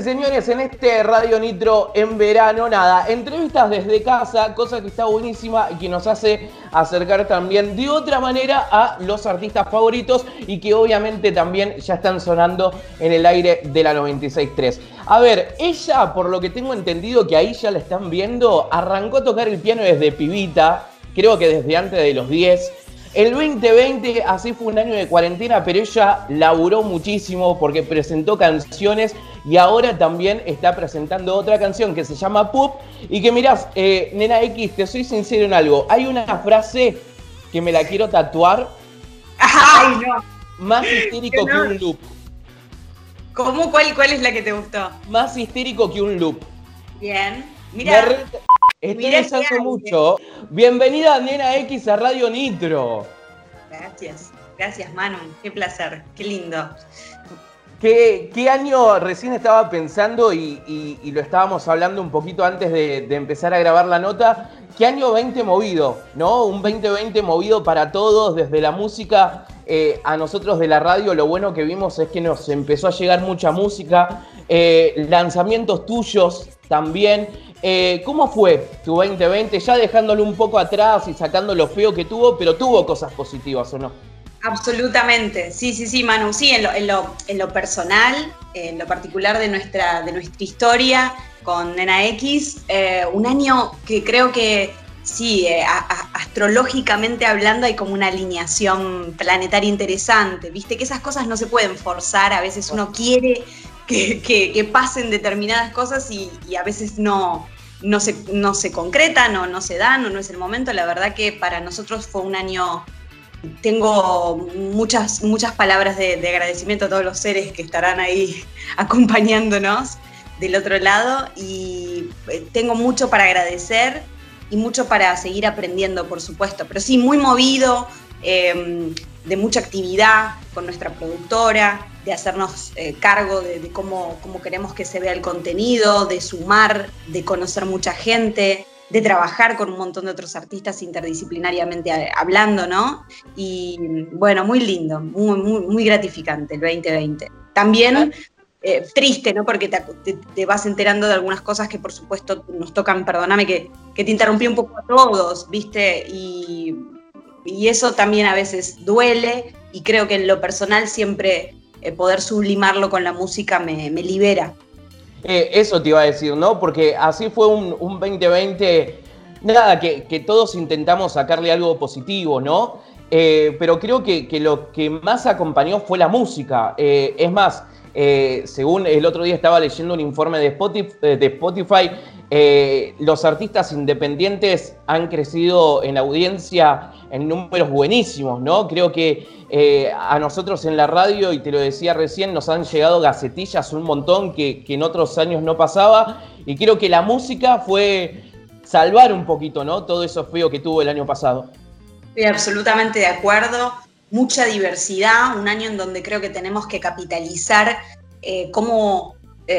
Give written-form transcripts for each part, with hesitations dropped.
señores, en este Radio Nitro en verano, nada, entrevistas desde casa, cosa que está buenísima y que nos hace acercar también de otra manera a los artistas favoritos y que obviamente también ya están sonando en el aire de la 96.3. A ver, ella, por lo que tengo entendido que ahí ya la están viendo, arrancó a tocar el piano desde pibita, creo que desde antes de los 10. El 2020, así fue un año de cuarentena, pero ella laburó muchísimo porque presentó canciones y ahora también está presentando otra canción que se llama Pup y que mirás, Nena X, te soy sincero en algo, hay una frase que me la quiero tatuar. ¡Ay, no! Más histérico que un loop. ¿Cómo? ¿Cuál es la que te gustó? Más histérico que un loop. Bien, mira. Estoy usando mucho. Bienvenida, Nena X, a Radio Nitro. Gracias Manu, qué placer, qué lindo. ¿Qué año recién estaba pensando y lo estábamos hablando un poquito antes de empezar a grabar la nota? ¿Qué año 20 movido, no? Un 2020 movido para todos, desde la música a nosotros de la radio. Lo bueno que vimos es que nos empezó a llegar mucha música, lanzamientos tuyos también. ¿Cómo fue tu 2020? Ya dejándolo un poco atrás y sacando lo feo que tuvo, pero tuvo cosas positivas, ¿o no? Absolutamente, sí, Manu, sí, en lo personal, en lo particular de nuestra historia con Nena X, un año que creo que sí, astrológicamente hablando hay como una alineación planetaria interesante, viste que esas cosas no se pueden forzar, a veces uno quiere que pasen determinadas cosas y a veces no se concretan o no se dan o no es el momento. La verdad que para nosotros fue un año, tengo muchas palabras de agradecimiento a todos los seres que estarán ahí acompañándonos del otro lado y tengo mucho para agradecer y mucho para seguir aprendiendo, por supuesto, pero sí, muy movido, de mucha actividad con nuestra productora, de hacernos cargo de cómo queremos que se vea el contenido, de sumar, de conocer mucha gente, de trabajar con un montón de otros artistas interdisciplinariamente hablando, ¿no? Y bueno, muy lindo, muy gratificante el 2020. También triste, ¿no? Porque te vas enterando de algunas cosas que por supuesto nos tocan, perdóname que te interrumpí un poco a todos, ¿viste? Y eso también a veces duele y creo que en lo personal siempre poder sublimarlo con la música me libera. Eso te iba a decir, ¿no? Porque así fue un 2020, nada, que todos intentamos sacarle algo positivo, ¿no? Pero creo que lo que más acompañó fue la música. Es más, según el otro día estaba leyendo un informe de Spotify, los artistas independientes han crecido en audiencia en números buenísimos, ¿no? Creo que a nosotros en la radio, y te lo decía recién, nos han llegado gacetillas un montón que en otros años no pasaba, y creo que la música fue salvar un poquito, ¿no? Todo eso feo que tuvo el año pasado. Estoy absolutamente de acuerdo. Mucha diversidad, un año en donde creo que tenemos que capitalizar cómo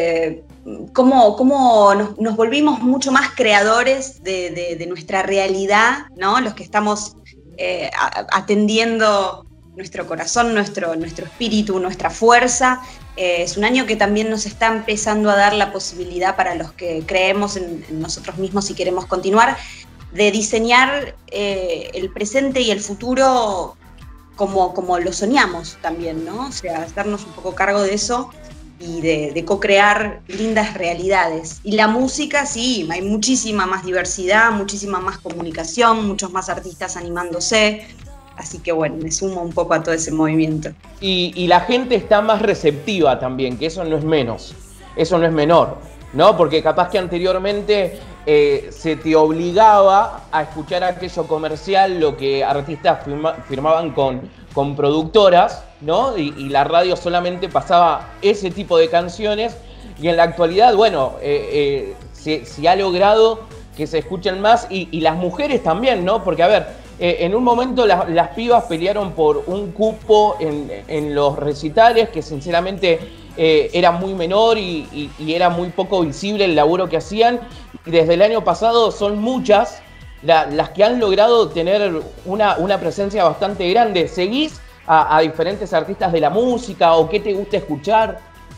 nos volvimos mucho más creadores de nuestra realidad, ¿no? Los que estamos atendiendo nuestro corazón, nuestro espíritu, nuestra fuerza. Es un año que también nos está empezando a dar la posibilidad para los que creemos en nosotros mismos y queremos continuar, de diseñar el presente y el futuro como lo soñamos también, ¿no? O sea, hacernos un poco cargo de eso y de co-crear lindas realidades. Y la música, sí, hay muchísima más diversidad, muchísima más comunicación, muchos más artistas animándose. Así que bueno, me sumo un poco a todo ese movimiento. Y la gente está más receptiva también, que eso no es menos, eso no es menor, ¿no? Porque capaz que anteriormente se te obligaba a escuchar aquello comercial, lo que artistas firmaban con productoras, ¿no? Y la radio solamente pasaba ese tipo de canciones. Y en la actualidad, bueno, se ha logrado que se escuchen más y las mujeres también, ¿no? Porque, a ver, en un momento las pibas pelearon por un cupo en los recitales que sinceramente era muy menor y era muy poco visible el laburo que hacían. Y desde el año pasado son muchas las que han logrado tener una presencia bastante grande. ¿Seguís a diferentes artistas de la música o qué te gusta escuchar?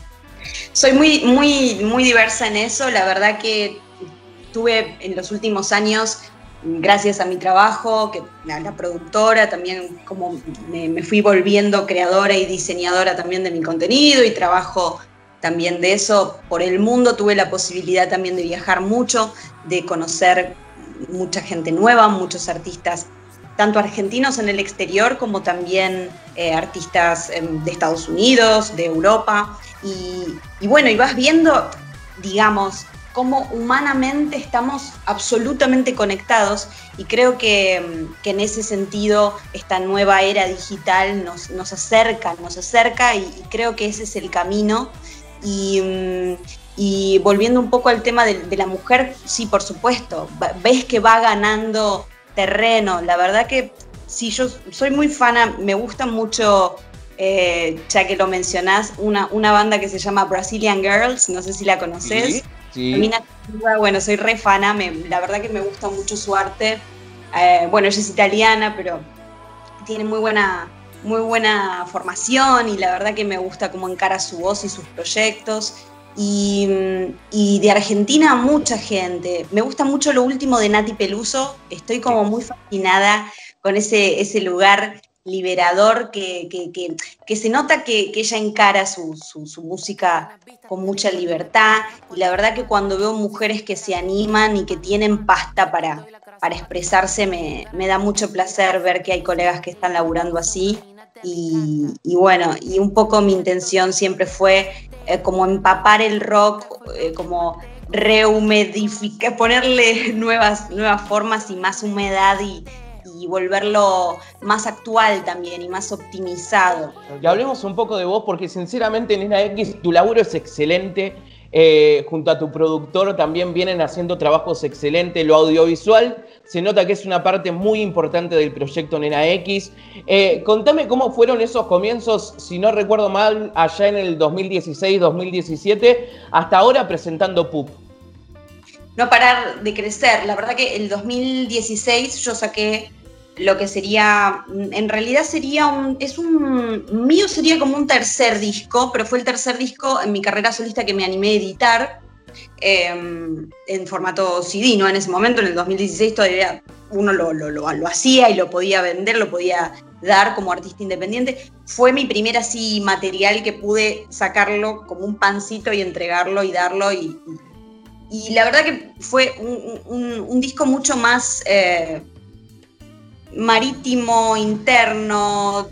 Soy muy diversa en eso. La verdad que tuve en los últimos años, gracias a mi trabajo, que a la productora también, como me fui volviendo creadora y diseñadora también de mi contenido y trabajo también de eso por el mundo. Tuve la posibilidad también de viajar mucho, de conocer mucha gente nueva, muchos artistas, tanto argentinos en el exterior como también artistas de Estados Unidos, de Europa. Y bueno, y vas viendo, digamos, cómo humanamente estamos absolutamente conectados, y creo que en ese sentido esta nueva era digital nos acerca y creo que ese es el camino. Y volviendo un poco al tema de la mujer, sí, por supuesto, ves que va ganando terreno. La verdad que sí, yo soy muy fana, me gusta mucho, ya que lo mencionás, una banda que se llama Brazilian Girls, no sé si la conoces. Sí. Bueno, soy re fana, la verdad que me gusta mucho su arte. Bueno, ella es italiana, pero tiene muy buena formación, y la verdad que me gusta cómo encara su voz y sus proyectos. Y de Argentina mucha gente. Me gusta mucho lo último de Nati Peluso. Estoy como muy fascinada con ese lugar liberador que se nota que ella encara su música con mucha libertad. Y la verdad que cuando veo mujeres que se animan y que tienen pasta para expresarse, me da mucho placer ver que hay colegas que están laburando así. Y bueno, y un poco mi intención siempre fue como empapar el rock, como rehumedificar, ponerle nuevas formas y más humedad, y volverlo más actual también y más optimizado. Y hablemos un poco de vos, porque sinceramente Nena X, tu laburo es excelente. Junto a tu productor también vienen haciendo trabajos excelentes. Lo audiovisual se nota que es una parte muy importante del proyecto Nena X. Contame cómo fueron esos comienzos, si no recuerdo mal, allá en el 2016-2017, hasta ahora presentando PUP. No parar de crecer. La verdad que el 2016 yo saqué lo que sería, en realidad mío sería como un tercer disco, pero fue el tercer disco en mi carrera solista que me animé a editar en formato CD, ¿no? En ese momento, en el 2016, todavía uno lo hacía y lo podía vender, lo podía dar como artista independiente. Fue mi primer así material que pude sacarlo como un pancito y entregarlo y darlo, y la verdad que fue un disco mucho más marítimo, interno,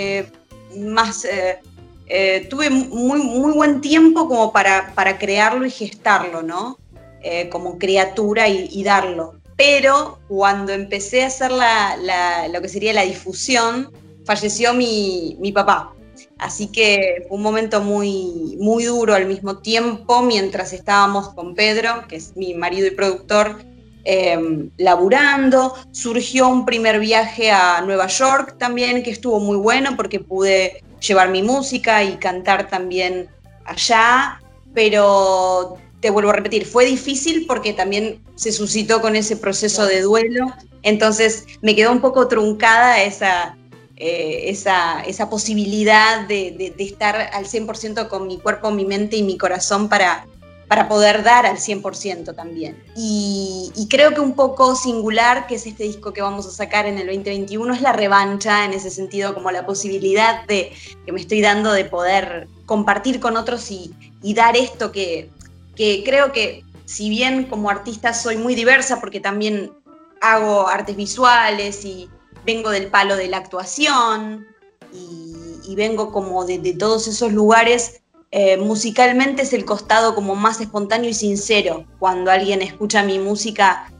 tuve muy buen tiempo como para crearlo y gestarlo, ¿no? Como criatura y darlo. Pero cuando empecé a hacer lo que sería la difusión, falleció mi papá. Así que fue un momento muy duro al mismo tiempo, mientras estábamos con Pedro, que es mi marido y productor, laburando. Surgió un primer viaje a Nueva York también, que estuvo muy bueno porque pude llevar mi música y cantar también allá, pero te vuelvo a repetir, fue difícil porque también se suscitó con ese proceso de duelo, entonces me quedó un poco truncada esa posibilidad de estar al 100% con mi cuerpo, mi mente y mi corazón para poder dar al 100% también. Y creo que un poco singular, que es este disco que vamos a sacar en el 2021, es la revancha en ese sentido, como la posibilidad que me estoy dando de poder compartir con otros y dar esto que creo que, si bien como artista soy muy diversa, porque también hago artes visuales y vengo del palo de la actuación y vengo como de todos esos lugares, musicalmente es el costado como más espontáneo y sincero. Cuando alguien escucha mi música,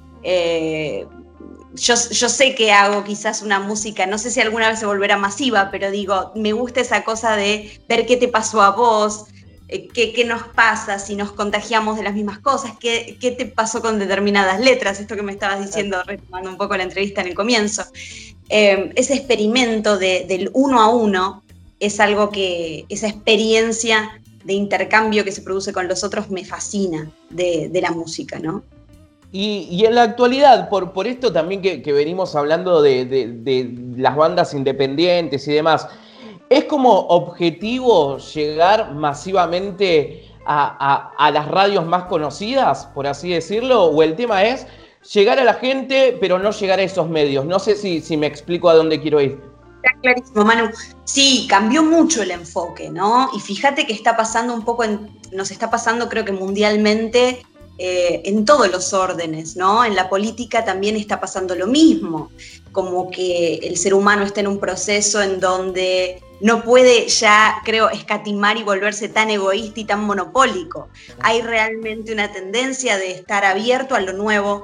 yo sé que hago quizás una música, no sé si alguna vez se volverá masiva, pero digo, me gusta esa cosa de ver qué te pasó a vos, qué nos pasa si nos contagiamos de las mismas cosas, qué te pasó con determinadas letras, esto que me estabas diciendo, retomando un poco la entrevista en el comienzo. Ese experimento del uno a uno es algo que, esa experiencia de intercambio que se produce con los otros, me fascina de la música, ¿no? Y en la actualidad, por esto también que venimos hablando de las bandas independientes y demás, ¿es como objetivo llegar masivamente a las radios más conocidas, por así decirlo, o el tema es llegar a la gente, pero no llegar a esos medios. No sé si me explico a dónde quiero ir. Está clarísimo, Manu. Sí, cambió mucho el enfoque, ¿no? Y fíjate que está pasando un poco, nos está pasando creo que mundialmente, en todos los órdenes, ¿no? En la política también está pasando lo mismo, como que el ser humano está en un proceso en donde no puede ya, creo, escatimar y volverse tan egoísta y tan monopólico. Hay realmente una tendencia de estar abierto a lo nuevo,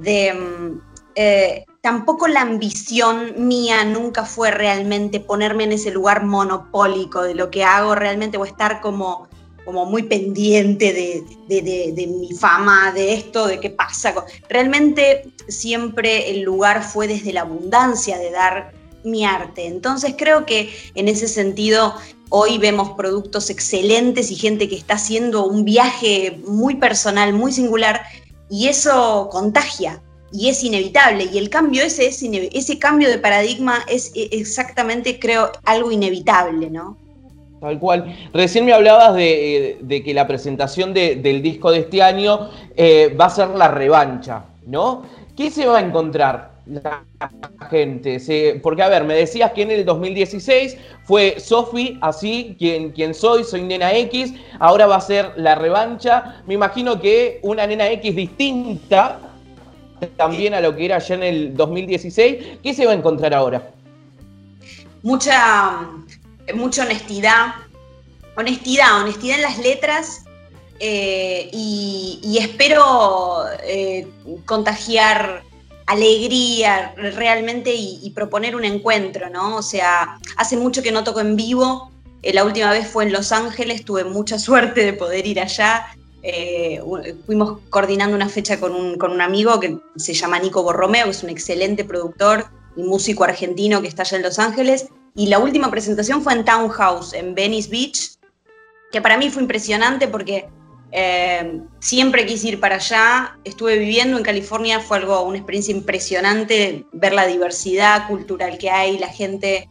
tampoco la ambición mía nunca fue realmente ponerme en ese lugar monopólico de lo que hago realmente, o estar como muy pendiente de mi fama, de esto, de qué pasa. Realmente siempre el lugar fue desde la abundancia de dar mi arte. Entonces creo que en ese sentido hoy vemos productos excelentes y gente que está haciendo un viaje muy personal, muy singular, y eso contagia. Y es inevitable, y el cambio ese cambio de paradigma es exactamente, creo, algo inevitable, ¿no? Tal cual. Recién me hablabas de que la presentación del disco de este año va a ser la revancha, ¿no? ¿Qué se va a encontrar la gente? Porque, a ver, me decías que en el 2016 fue Sofi, así, quien soy Nena X, ahora va a ser la revancha. Me imagino que una Nena X distinta también a lo que era ya en el 2016. ¿Qué se va a encontrar ahora? Mucha honestidad en las letras, y espero contagiar alegría realmente y proponer un encuentro, ¿no? O sea, hace mucho que no toco en vivo, la última vez fue en Los Ángeles, tuve mucha suerte de poder ir allá. Fuimos coordinando una fecha con un amigo que se llama Nico Borromeo, que es un excelente productor y músico argentino que está allá en Los Ángeles, y la última presentación fue en Townhouse, en Venice Beach, que para mí fue impresionante porque siempre quise ir para allá. Estuve viviendo en California, fue una experiencia impresionante ver la diversidad cultural que hay, la gente,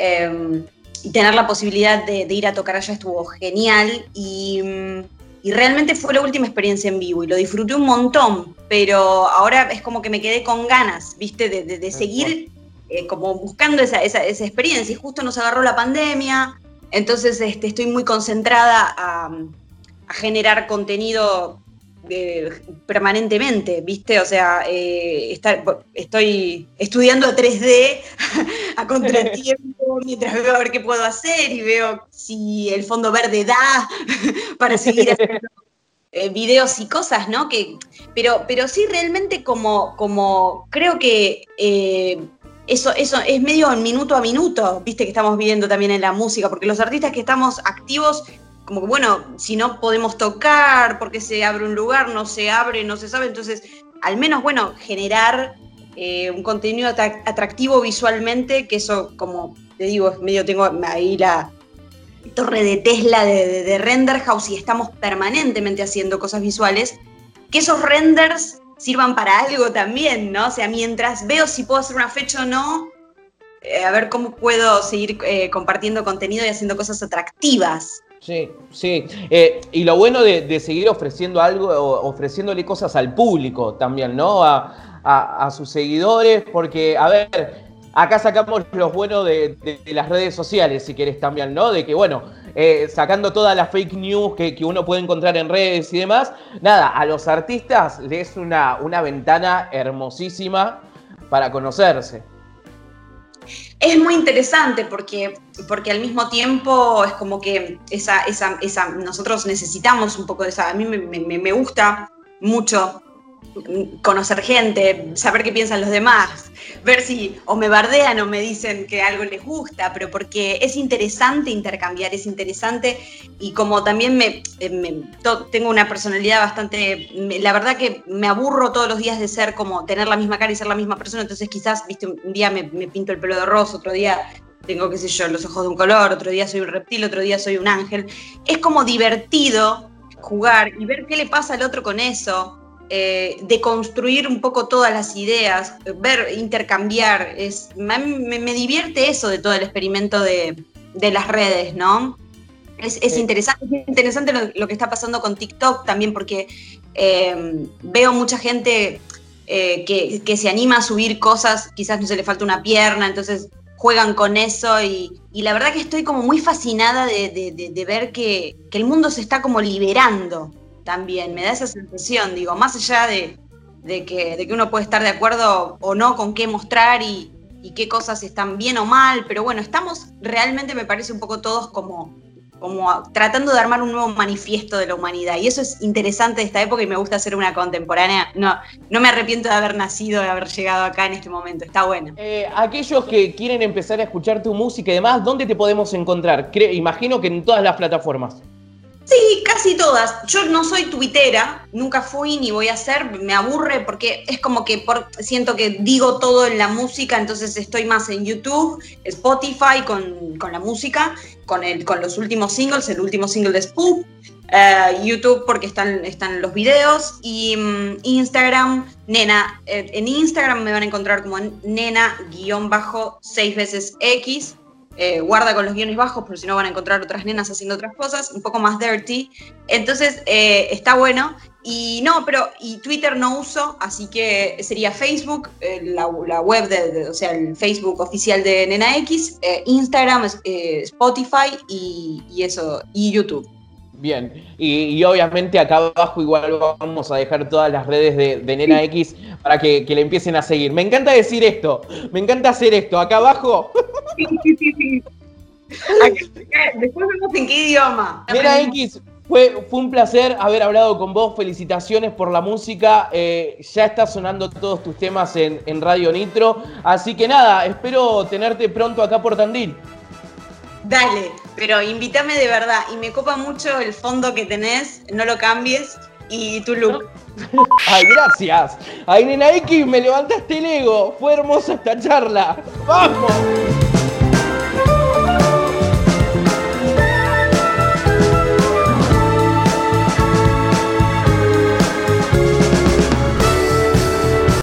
y tener la posibilidad de ir a tocar allá estuvo genial, y realmente fue la última experiencia en vivo y lo disfruté un montón, pero ahora es como que me quedé con ganas, ¿viste? De seguir como buscando esa experiencia, y justo nos agarró la pandemia, entonces estoy muy concentrada a generar contenido permanentemente, ¿viste? O sea, estoy estudiando 3D a contratiempo mientras veo a ver qué puedo hacer y veo si el fondo verde da para seguir haciendo videos y cosas, ¿no? Pero sí, realmente como creo que eso es medio minuto a minuto, ¿viste? Que estamos viviendo también en la música, porque los artistas que estamos activos, como que bueno, si no podemos tocar, porque se abre un lugar, no se abre, no se sabe, entonces al menos, bueno, generar un contenido atractivo visualmente, que eso, como te digo, es medio, tengo ahí la torre de Tesla de Render House y estamos permanentemente haciendo cosas visuales, que esos renders sirvan para algo también, ¿no? O sea, mientras veo si puedo hacer una fecha o no, a ver cómo puedo seguir compartiendo contenido y haciendo cosas atractivas. Sí, sí. Y lo bueno de seguir ofreciendo algo, ofreciéndole cosas al público también, ¿no? A sus seguidores, porque, a ver, acá sacamos los buenos de las redes sociales, si querés también, ¿no? De que, bueno, sacando todas las fake news que uno puede encontrar en redes y demás, nada, a los artistas les es una ventana hermosísima para conocerse. Es muy interesante porque al mismo tiempo es como que nosotros necesitamos un poco de esa. A mí me gusta mucho conocer gente, saber qué piensan los demás, ver si o me bardean o me dicen que algo les gusta, pero porque es interesante intercambiar, es interesante, y como también tengo una personalidad bastante, la verdad que me aburro todos los días de ser como tener la misma cara y ser la misma persona, entonces quizás, viste, un día me pinto el pelo de rosa, otro día tengo, qué sé yo, los ojos de un color, otro día soy un reptil, otro día soy un ángel. Es como divertido jugar y ver qué le pasa al otro con eso. De construir un poco todas las ideas, intercambiar, me divierte eso de todo el experimento de las redes, ¿no? Es interesante lo que está pasando con TikTok también, porque veo mucha gente que se anima a subir cosas, quizás no se le falta una pierna, entonces juegan con eso y la verdad que estoy como muy fascinada de ver que el mundo se está como liberando también, me da esa sensación, digo, más allá de que uno puede estar de acuerdo o no con qué mostrar y qué cosas están bien o mal, pero bueno, estamos realmente, me parece, un poco todos como tratando de armar un nuevo manifiesto de la humanidad, y eso es interesante de esta época y me gusta ser una contemporánea. No me arrepiento de haber nacido, de haber llegado acá en este momento, está bueno. Aquellos que quieren empezar a escuchar tu música y demás, ¿dónde te podemos encontrar? Imagino que en todas las plataformas. Sí, casi todas. Yo no soy tuitera, nunca fui ni voy a ser, me aburre porque es como que siento que digo todo en la música, entonces estoy más en YouTube, Spotify con la música, con los últimos singles, el último single de Spoop, YouTube porque están los videos, y Instagram, Nena. En Instagram me van a encontrar como nena_6x. Guarda con los guiones bajos, porque si no van a encontrar otras nenas haciendo otras cosas, un poco más dirty. Entonces, está bueno. Y Twitter no uso, así que sería Facebook, la web, o sea, el Facebook oficial de Nena X, Instagram, Spotify y eso, y YouTube. Bien, y obviamente acá abajo igual vamos a dejar todas las redes de Nena X para que le empiecen a seguir. Me encanta decir esto, me encanta hacer esto. Acá abajo. Sí. Después vemos en qué idioma. Nena X, fue un placer haber hablado con vos. Felicitaciones por la música. Ya está sonando todos tus temas en Radio Nitro. Así que nada, espero tenerte pronto acá por Tandil. Dale, pero invítame de verdad. Y me copa mucho el fondo que tenés, no lo cambies, y tu look. Ay, gracias. Ay, Nena X, me levantaste el ego. Fue hermosa esta charla. ¡Vamos!